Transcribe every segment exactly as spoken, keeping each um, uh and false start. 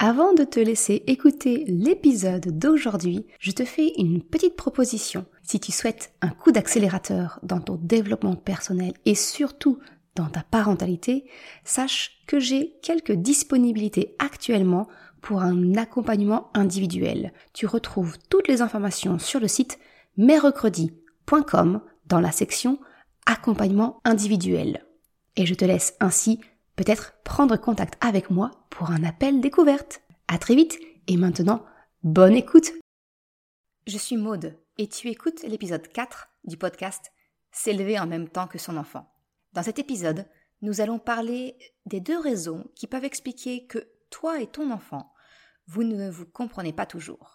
Avant de te laisser écouter l'épisode d'aujourd'hui, je te fais une petite proposition. Si tu souhaites un coup d'accélérateur dans ton développement personnel et surtout dans ta parentalité, sache que j'ai quelques disponibilités actuellement pour un accompagnement individuel. Tu retrouves toutes les informations sur le site mercredi point com dans la section accompagnement individuel. Et je te laisse ainsi peut-être prendre contact avec moi pour un appel découverte. À très vite et maintenant, bonne écoute. Je suis Maude et tu écoutes l'épisode quatre du podcast S'élever en même temps que son enfant. Dans cet épisode, nous allons parler des deux raisons qui peuvent expliquer que toi et ton enfant, vous ne vous comprenez pas toujours.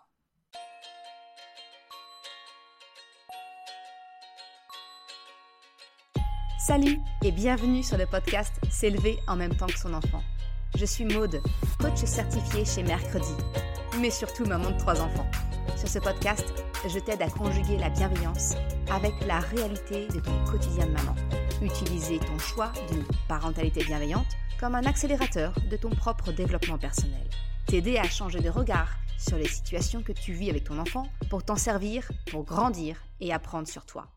Salut et bienvenue sur le podcast S'élever en même temps que son enfant. Je suis Maude, coach certifiée chez Mercredi, mais surtout maman de trois enfants. Sur ce podcast, je t'aide à conjuguer la bienveillance avec la réalité de ton quotidien de maman. Utiliser ton choix d'une parentalité bienveillante comme un accélérateur de ton propre développement personnel. T'aider à changer de regard sur les situations que tu vis avec ton enfant pour t'en servir, pour grandir et apprendre sur toi.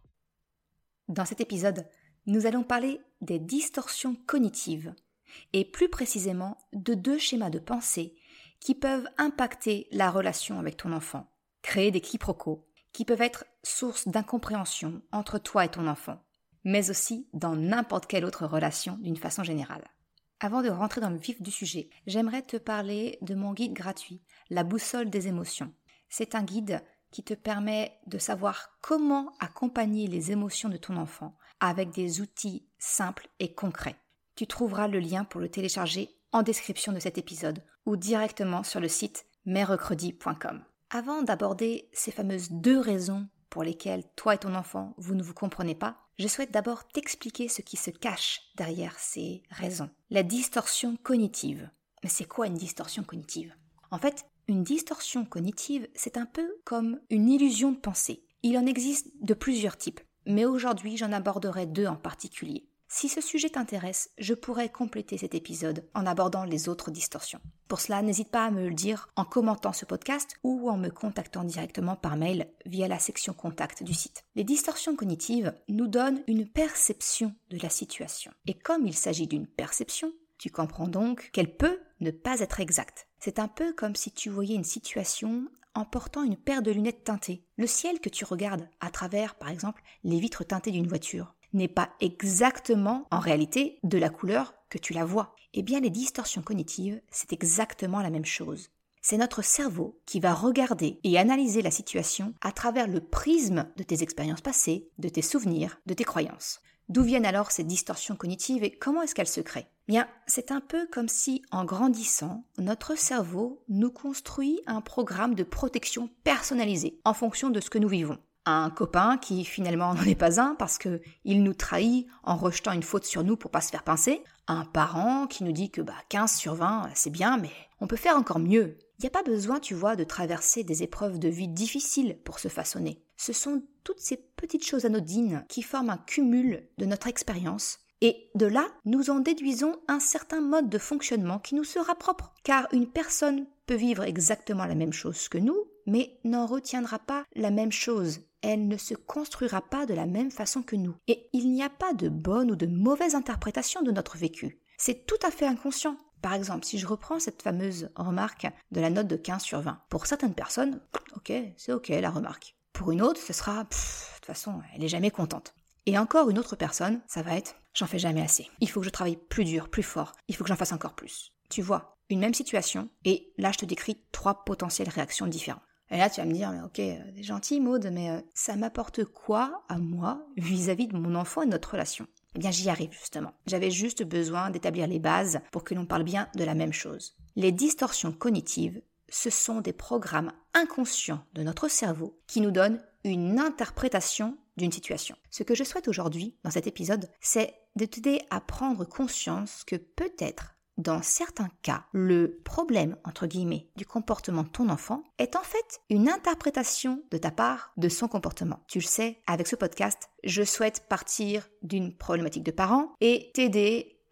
Dans cet épisode, nous allons parler des distorsions cognitives et plus précisément de deux schémas de pensée qui peuvent impacter la relation avec ton enfant, créer des quiproquos qui peuvent être source d'incompréhension entre toi et ton enfant, mais aussi dans n'importe quelle autre relation d'une façon générale. Avant de rentrer dans le vif du sujet, j'aimerais te parler de mon guide gratuit, La boussole des émotions. C'est un guide qui te permet de savoir comment accompagner les émotions de ton enfant avec des outils simples et concrets. Tu trouveras le lien pour le télécharger en description de cet épisode ou directement sur le site mercredi point com. Avant d'aborder ces fameuses deux raisons pour lesquelles toi et ton enfant, vous ne vous comprenez pas, je souhaite d'abord t'expliquer ce qui se cache derrière ces raisons. La distorsion cognitive. Mais c'est quoi une distorsion cognitive ? En fait, une distorsion cognitive, c'est un peu comme une illusion de pensée. Il en existe de plusieurs types, mais aujourd'hui j'en aborderai deux en particulier. Si ce sujet t'intéresse, je pourrais compléter cet épisode en abordant les autres distorsions. Pour cela, n'hésite pas à me le dire en commentant ce podcast ou en me contactant directement par mail via la section contact du site. Les distorsions cognitives nous donnent une perception de la situation. Et comme il s'agit d'une perception, tu comprends donc qu'elle peut ne pas être exacte. C'est un peu comme si tu voyais une situation en portant une paire de lunettes teintées. Le ciel que tu regardes à travers, par exemple, les vitres teintées d'une voiture n'est pas exactement, en réalité, de la couleur que tu la vois. Eh bien, les distorsions cognitives, c'est exactement la même chose. C'est notre cerveau qui va regarder et analyser la situation à travers le prisme de tes expériences passées, de tes souvenirs, de tes croyances. D'où viennent alors ces distorsions cognitives et comment est-ce qu'elles se créent ? Bien, c'est un peu comme si, en grandissant, notre cerveau nous construit un programme de protection personnalisé en fonction de ce que nous vivons. Un copain qui finalement n'en est pas un parce qu'il nous trahit en rejetant une faute sur nous pour pas se faire pincer. Un parent qui nous dit que bah, quinze sur vingt c'est bien mais on peut faire encore mieux. Il n'y a pas besoin, tu vois, de traverser des épreuves de vie difficiles pour se façonner. Ce sont toutes ces petites choses anodines qui forment un cumul de notre expérience. Et de là, nous en déduisons un certain mode de fonctionnement qui nous sera propre. Car une personne peut vivre exactement la même chose que nous, mais n'en retiendra pas la même chose. Elle ne se construira pas de la même façon que nous. Et il n'y a pas de bonne ou de mauvaise interprétation de notre vécu. C'est tout à fait inconscient. Par exemple, si je reprends cette fameuse remarque de la note de quinze sur vingt, pour certaines personnes, ok, c'est ok la remarque. Pour une autre, ce sera, pff, de toute façon, elle est jamais contente. Et encore une autre personne, ça va être, j'en fais jamais assez. Il faut que je travaille plus dur, plus fort. Il faut que j'en fasse encore plus. Tu vois, une même situation, et là je te décris trois potentielles réactions différentes. Et là tu vas me dire, mais ok, c'est gentil Maude, mais euh, ça m'apporte quoi à moi vis-à-vis de mon enfant et de notre relation ? Eh bien j'y arrive justement. J'avais juste besoin d'établir les bases pour que l'on parle bien de la même chose. Les distorsions cognitives, ce sont des programmes inconscients de notre cerveau qui nous donnent une interprétation d'une situation. Ce que je souhaite aujourd'hui, dans cet épisode, c'est de t'aider à prendre conscience que peut-être, dans certains cas, le problème, entre guillemets, du comportement de ton enfant est en fait une interprétation de ta part de son comportement. Tu le sais, avec ce podcast, je souhaite partir d'une problématique de parent et t'aider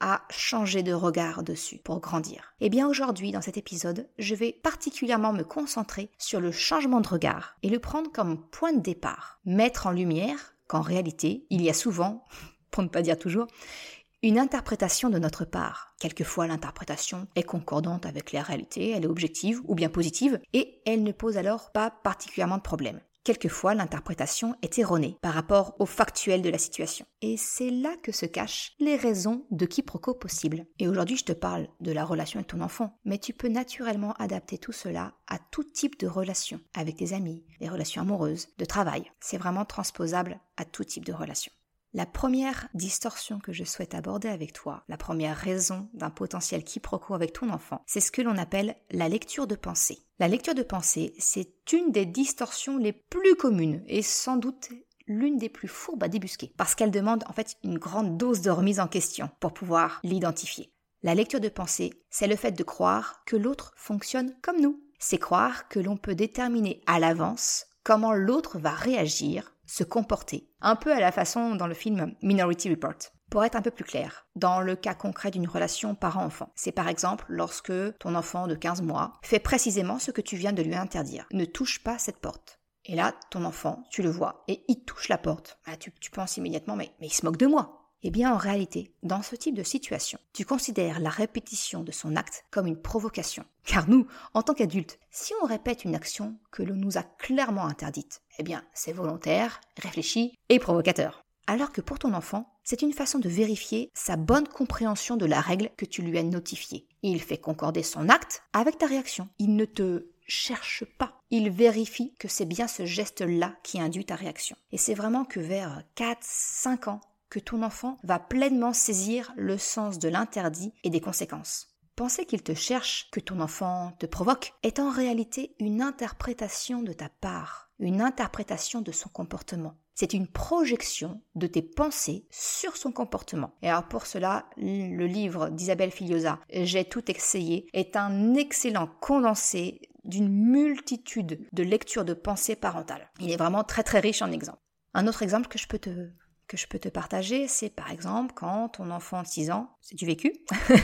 à changer de regard dessus pour grandir. Et bien aujourd'hui, dans cet épisode, je vais particulièrement me concentrer sur le changement de regard et le prendre comme point de départ. Mettre en lumière qu'en réalité, il y a souvent, pour ne pas dire toujours, une interprétation de notre part. Quelquefois, l'interprétation est concordante avec la réalité, elle est objective ou bien positive, et elle ne pose alors pas particulièrement de problème. Quelquefois, l'interprétation est erronée par rapport au factuel de la situation. Et c'est là que se cachent les raisons de quiproquos possibles. Et aujourd'hui, je te parle de la relation avec ton enfant, mais tu peux naturellement adapter tout cela à tout type de relation, avec tes amis, des relations amoureuses, de travail. C'est vraiment transposable à tout type de relation. La première distorsion que je souhaite aborder avec toi, la première raison d'un potentiel quiproquo avec ton enfant, c'est ce que l'on appelle la lecture de pensée. La lecture de pensée, c'est une des distorsions les plus communes et sans doute l'une des plus fourbes à débusquer, parce qu'elle demande en fait une grande dose de remise en question pour pouvoir l'identifier. La lecture de pensée, c'est le fait de croire que l'autre fonctionne comme nous. C'est croire que l'on peut déterminer à l'avance comment l'autre va réagir, se comporter, un peu à la façon dans le film Minority Report. Pour être un peu plus clair, dans le cas concret d'une relation parent-enfant, c'est par exemple lorsque ton enfant de quinze mois fait précisément ce que tu viens de lui interdire. Ne touche pas cette porte. Et là, ton enfant, tu le vois, et il touche la porte. Ah, tu, tu penses immédiatement, mais, mais il se moque de moi. Eh bien, en réalité, dans ce type de situation, tu considères la répétition de son acte comme une provocation. Car nous, en tant qu'adultes, si on répète une action que l'on nous a clairement interdite, eh bien, c'est volontaire, réfléchi et provocateur. Alors que pour ton enfant, c'est une façon de vérifier sa bonne compréhension de la règle que tu lui as notifiée. Il fait concorder son acte avec ta réaction. Il ne te cherche pas. Il vérifie que c'est bien ce geste-là qui induit ta réaction. Et c'est vraiment que vers quatre cinq ans, que ton enfant va pleinement saisir le sens de l'interdit et des conséquences. Penser qu'il te cherche, que ton enfant te provoque, est en réalité une interprétation de ta part, une interprétation de son comportement. C'est une projection de tes pensées sur son comportement. Et alors pour cela, le livre d'Isabelle Filiosa, J'ai tout essayé, est un excellent condensé d'une multitude de lectures de pensées parentales. Il est vraiment très très riche en exemples. Un autre exemple que je peux te que je peux te partager, c'est par exemple quand ton enfant de six ans, c'est du vécu,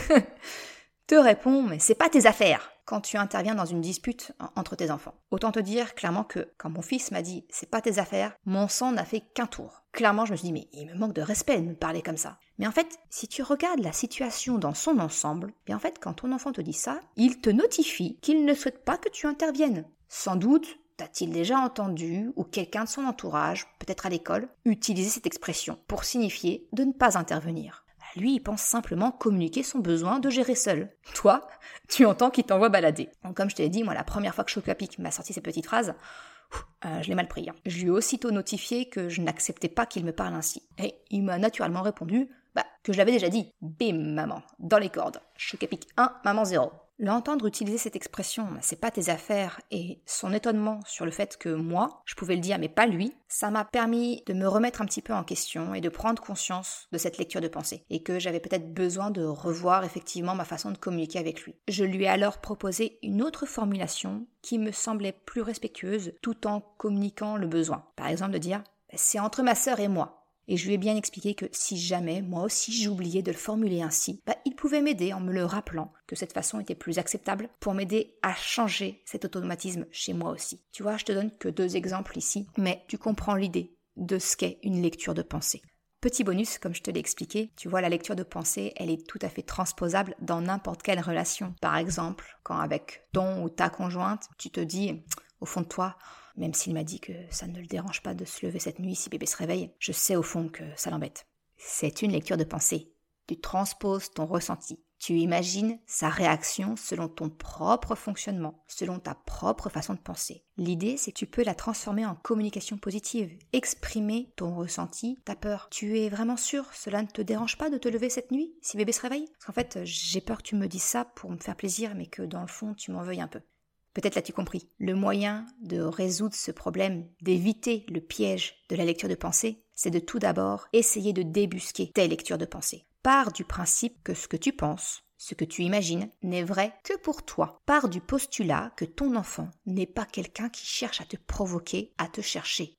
te répond « mais c'est pas tes affaires » quand tu interviens dans une dispute entre tes enfants. Autant te dire clairement que quand mon fils m'a dit « c'est pas tes affaires », mon sang n'a fait qu'un tour. Clairement, je me suis dit « mais il me manque de respect de me parler comme ça ». Mais en fait, si tu regardes la situation dans son ensemble, bien en fait, quand ton enfant te dit ça, il te notifie qu'il ne souhaite pas que tu interviennes. Sans doute, t'a-t-il déjà entendu, ou quelqu'un de son entourage, peut-être à l'école, utiliser cette expression pour signifier de ne pas intervenir. Lui, il pense simplement communiquer son besoin de gérer seul. Toi, tu entends qu'il t'envoie balader. Donc comme je te l'ai dit, moi, la première fois que Chocapic m'a sorti ces petites phrases, euh, je l'ai mal pris. Hein. Je lui ai aussitôt notifié que je n'acceptais pas qu'il me parle ainsi. Et il m'a naturellement répondu bah, que je l'avais déjà dit. Bim, maman, dans les cordes. Chocapic un, maman zéro. L'entendre utiliser cette expression « c'est pas tes affaires » et son étonnement sur le fait que moi, je pouvais le dire mais pas lui, ça m'a permis de me remettre un petit peu en question et de prendre conscience de cette lecture de pensée et que j'avais peut-être besoin de revoir effectivement ma façon de communiquer avec lui. Je lui ai alors proposé une autre formulation qui me semblait plus respectueuse tout en communiquant le besoin. Par exemple de dire « c'est entre ma sœur et moi ». Et je lui ai bien expliqué que si jamais, moi aussi, j'oubliais de le formuler ainsi, bah, il pouvait m'aider en me le rappelant que cette façon était plus acceptable pour m'aider à changer cet automatisme chez moi aussi. Tu vois, je te donne que deux exemples ici, mais tu comprends l'idée de ce qu'est une lecture de pensée. Petit bonus, comme je te l'ai expliqué, tu vois, la lecture de pensée, elle est tout à fait transposable dans n'importe quelle relation. Par exemple, quand avec ton ou ta conjointe, tu te dis, au fond de toi, même s'il m'a dit que ça ne le dérange pas de se lever cette nuit si bébé se réveille, je sais au fond que ça l'embête. C'est une lecture de pensée. Tu transposes ton ressenti. Tu imagines sa réaction selon ton propre fonctionnement, selon ta propre façon de penser. L'idée, c'est que tu peux la transformer en communication positive, exprimer ton ressenti, ta peur. Tu es vraiment sûr, cela ne te dérange pas de te lever cette nuit si bébé se réveille ? Parce qu'en fait, j'ai peur que tu me dises ça pour me faire plaisir, mais que dans le fond, tu m'en veuilles un peu. Peut-être l'as-tu compris. Le moyen de résoudre ce problème, d'éviter le piège de la lecture de pensée, c'est de tout d'abord essayer de débusquer tes lectures de pensée. Pars du principe que ce que tu penses, ce que tu imagines, n'est vrai que pour toi. Pars du postulat que ton enfant n'est pas quelqu'un qui cherche à te provoquer, à te chercher.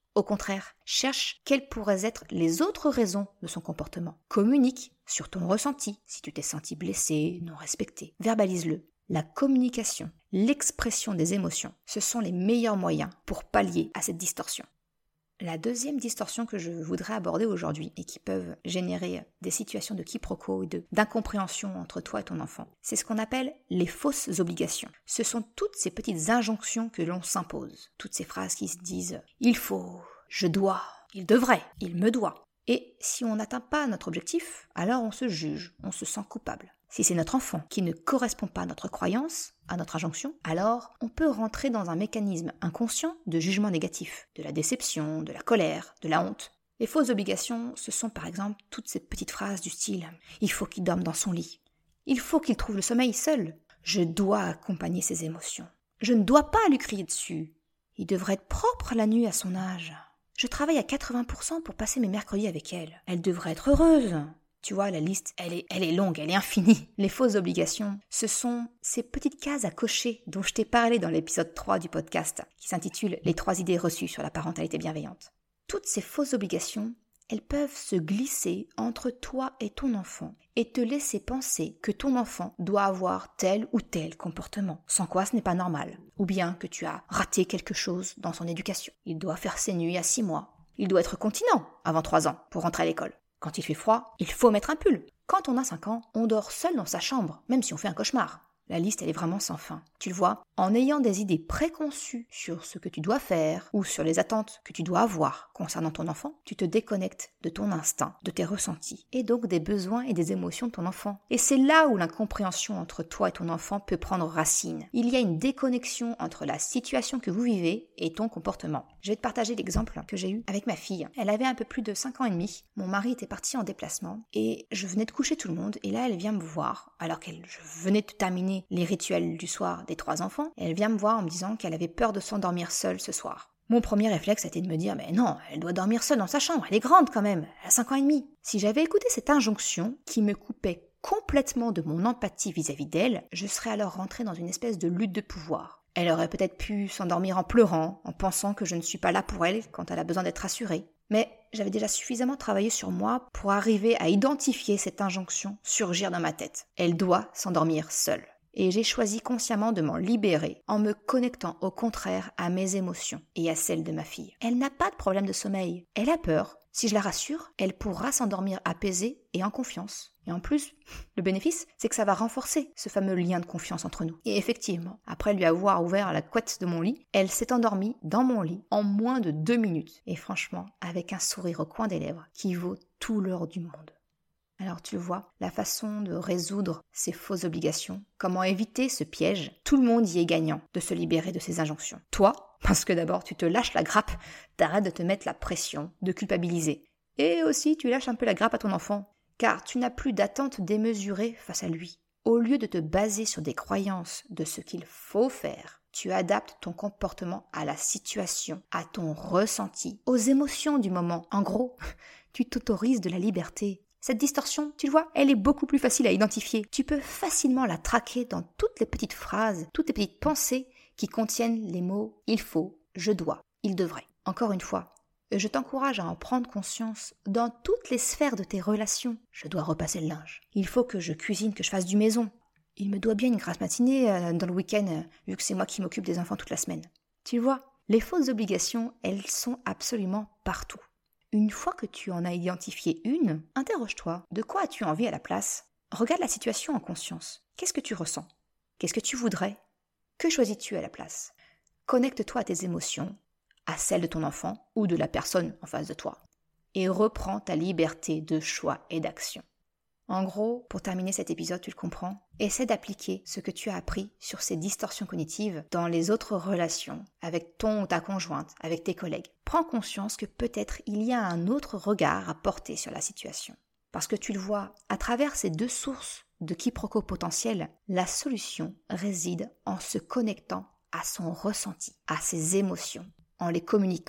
Au contraire, cherche quelles pourraient être les autres raisons de son comportement. Communique sur ton ressenti, si tu t'es senti blessé, non respecté. Verbalise-le. La communication, l'expression des émotions, ce sont les meilleurs moyens pour pallier à cette distorsion. La deuxième distorsion que je voudrais aborder aujourd'hui et qui peuvent générer des situations de quiproquo et de, d'incompréhension entre toi et ton enfant, c'est ce qu'on appelle les fausses obligations. Ce sont toutes ces petites injonctions que l'on s'impose, toutes ces phrases qui se disent « il faut »,« je dois »,« il devrait »,« il me doit ». Et si on n'atteint pas notre objectif, alors on se juge, on se sent coupable. Si c'est notre enfant qui ne correspond pas à notre croyance, à notre injonction, alors on peut rentrer dans un mécanisme inconscient de jugement négatif, de la déception, de la colère, de la honte. Les fausses obligations, ce sont par exemple toutes ces petites phrases du style « il faut qu'il dorme dans son lit »,« il faut qu'il trouve le sommeil seul »,« je dois accompagner ses émotions »,« je ne dois pas lui crier dessus »,« il devrait être propre la nuit à son âge »,« je travaille à quatre-vingts pour cent pour passer mes mercredis avec elle »,« elle devrait être heureuse ». Tu vois, la liste, elle est, elle est longue, elle est infinie. Les fausses obligations, ce sont ces petites cases à cocher dont je t'ai parlé dans l'épisode trois du podcast, qui s'intitule « Les trois idées reçues sur la parentalité bienveillante ». Toutes ces fausses obligations, elles peuvent se glisser entre toi et ton enfant et te laisser penser que ton enfant doit avoir tel ou tel comportement, sans quoi ce n'est pas normal, ou bien que tu as raté quelque chose dans son éducation. Il doit faire ses nuits à six mois, il doit être continent avant trois ans pour rentrer à l'école. Quand il fait froid, il faut mettre un pull. Quand on a cinq ans, on dort seul dans sa chambre, même si on fait un cauchemar. La liste, elle est vraiment sans fin. Tu le vois, en ayant des idées préconçues sur ce que tu dois faire ou sur les attentes que tu dois avoir concernant ton enfant, tu te déconnectes de ton instinct, de tes ressentis, et donc des besoins et des émotions de ton enfant. Et c'est là où l'incompréhension entre toi et ton enfant peut prendre racine. Il y a une déconnexion entre la situation que vous vivez et ton comportement. Je vais te partager l'exemple que j'ai eu avec ma fille. Elle avait un peu plus de cinq ans et demi. Mon mari était parti en déplacement et je venais de coucher tout le monde. Et là, elle vient me voir, alors qu'elle je venais de terminer les rituels du soir des trois enfants. Elle vient me voir en me disant qu'elle avait peur de s'endormir seule ce soir. Mon premier réflexe était de me dire « mais non, elle doit dormir seule dans sa chambre, elle est grande quand même, elle a cinq ans et demi ». Si j'avais écouté cette injonction qui me coupait complètement de mon empathie vis-à-vis d'elle, je serais alors rentrée dans une espèce de lutte de pouvoir. Elle aurait peut-être pu s'endormir en pleurant, en pensant que je ne suis pas là pour elle quand elle a besoin d'être rassurée. Mais j'avais déjà suffisamment travaillé sur moi pour arriver à identifier cette injonction surgir dans ma tête. Elle doit s'endormir seule. Et j'ai choisi consciemment de m'en libérer en me connectant au contraire à mes émotions et à celles de ma fille. Elle n'a pas de problème de sommeil. Elle a peur. Si je la rassure, elle pourra s'endormir apaisée et en confiance. Et en plus, le bénéfice, c'est que ça va renforcer ce fameux lien de confiance entre nous. Et effectivement, après lui avoir ouvert la couette de mon lit, elle s'est endormie dans mon lit en moins de deux minutes. Et franchement, avec un sourire au coin des lèvres qui vaut tout l'or du monde. Alors tu le vois, la façon de résoudre ces fausses obligations, comment éviter ce piège, tout le monde y est gagnant de se libérer de ces injonctions. Toi, parce que d'abord tu te lâches la grappe, t'arrêtes de te mettre la pression, de culpabiliser. Et aussi tu lâches un peu la grappe à ton enfant, car tu n'as plus d'attente démesurée face à lui. Au lieu de te baser sur des croyances de ce qu'il faut faire, tu adaptes ton comportement à la situation, à ton ressenti, aux émotions du moment. En gros, tu t'autorises de la liberté. Cette distorsion, tu le vois, elle est beaucoup plus facile à identifier. Tu peux facilement la traquer dans toutes les petites phrases, toutes les petites pensées qui contiennent les mots « il faut »,« je dois »,« il devrait ». Encore une fois, je t'encourage à en prendre conscience dans toutes les sphères de tes relations. Je dois repasser le linge. Il faut que je cuisine, que je fasse du maison. Il me doit bien une grasse matinée euh, dans le week-end, euh, vu que c'est moi qui m'occupe des enfants toute la semaine. Tu le vois, les fausses obligations, elles sont absolument partout. Une fois que tu en as identifié une, interroge-toi, de quoi as-tu envie à la place ? Regarde la situation en conscience. Qu'est-ce que tu ressens ? Qu'est-ce que tu voudrais ? Que choisis-tu à la place ? Connecte-toi à tes émotions, à celles de ton enfant ou de la personne en face de toi, et reprends ta liberté de choix et d'action. En gros, pour terminer cet épisode, tu le comprends, essaie d'appliquer ce que tu as appris sur ces distorsions cognitives dans les autres relations, avec ton ou ta conjointe, avec tes collègues. Prends conscience que peut-être il y a un autre regard à porter sur la situation. Parce que tu le vois, à travers ces deux sources de quiproquos potentiels, la solution réside en se connectant à son ressenti, à ses émotions, en les communiquant,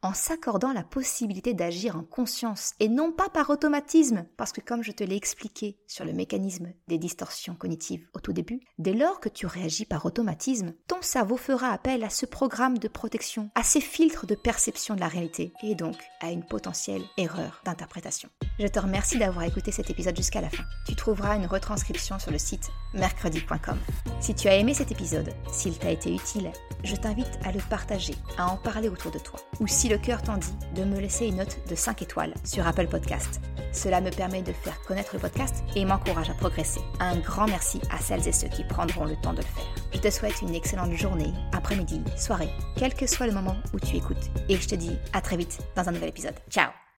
en s'accordant la possibilité d'agir en conscience et non pas par automatisme, parce que comme je te l'ai expliqué sur le mécanisme des distorsions cognitives au tout début, dès lors que tu réagis par automatisme, ton cerveau fera appel à ce programme de protection, à ces filtres de perception de la réalité et donc à une potentielle erreur d'interprétation. Je te remercie d'avoir écouté cet épisode jusqu'à la fin. Tu trouveras une retranscription sur le site mercredi point com. Si tu as aimé cet épisode, s'il t'a été utile, je t'invite à le partager, à en parler autour de toi. Ou si le cœur t'en dit, de me laisser une note de cinq étoiles sur Apple Podcast. Cela me permet de faire connaître le podcast et m'encourage à progresser. Un grand merci à celles et ceux qui prendront le temps de le faire. Je te souhaite une excellente journée, après-midi, soirée, quel que soit le moment où tu écoutes. Et je te dis à très vite dans un nouvel épisode. Ciao!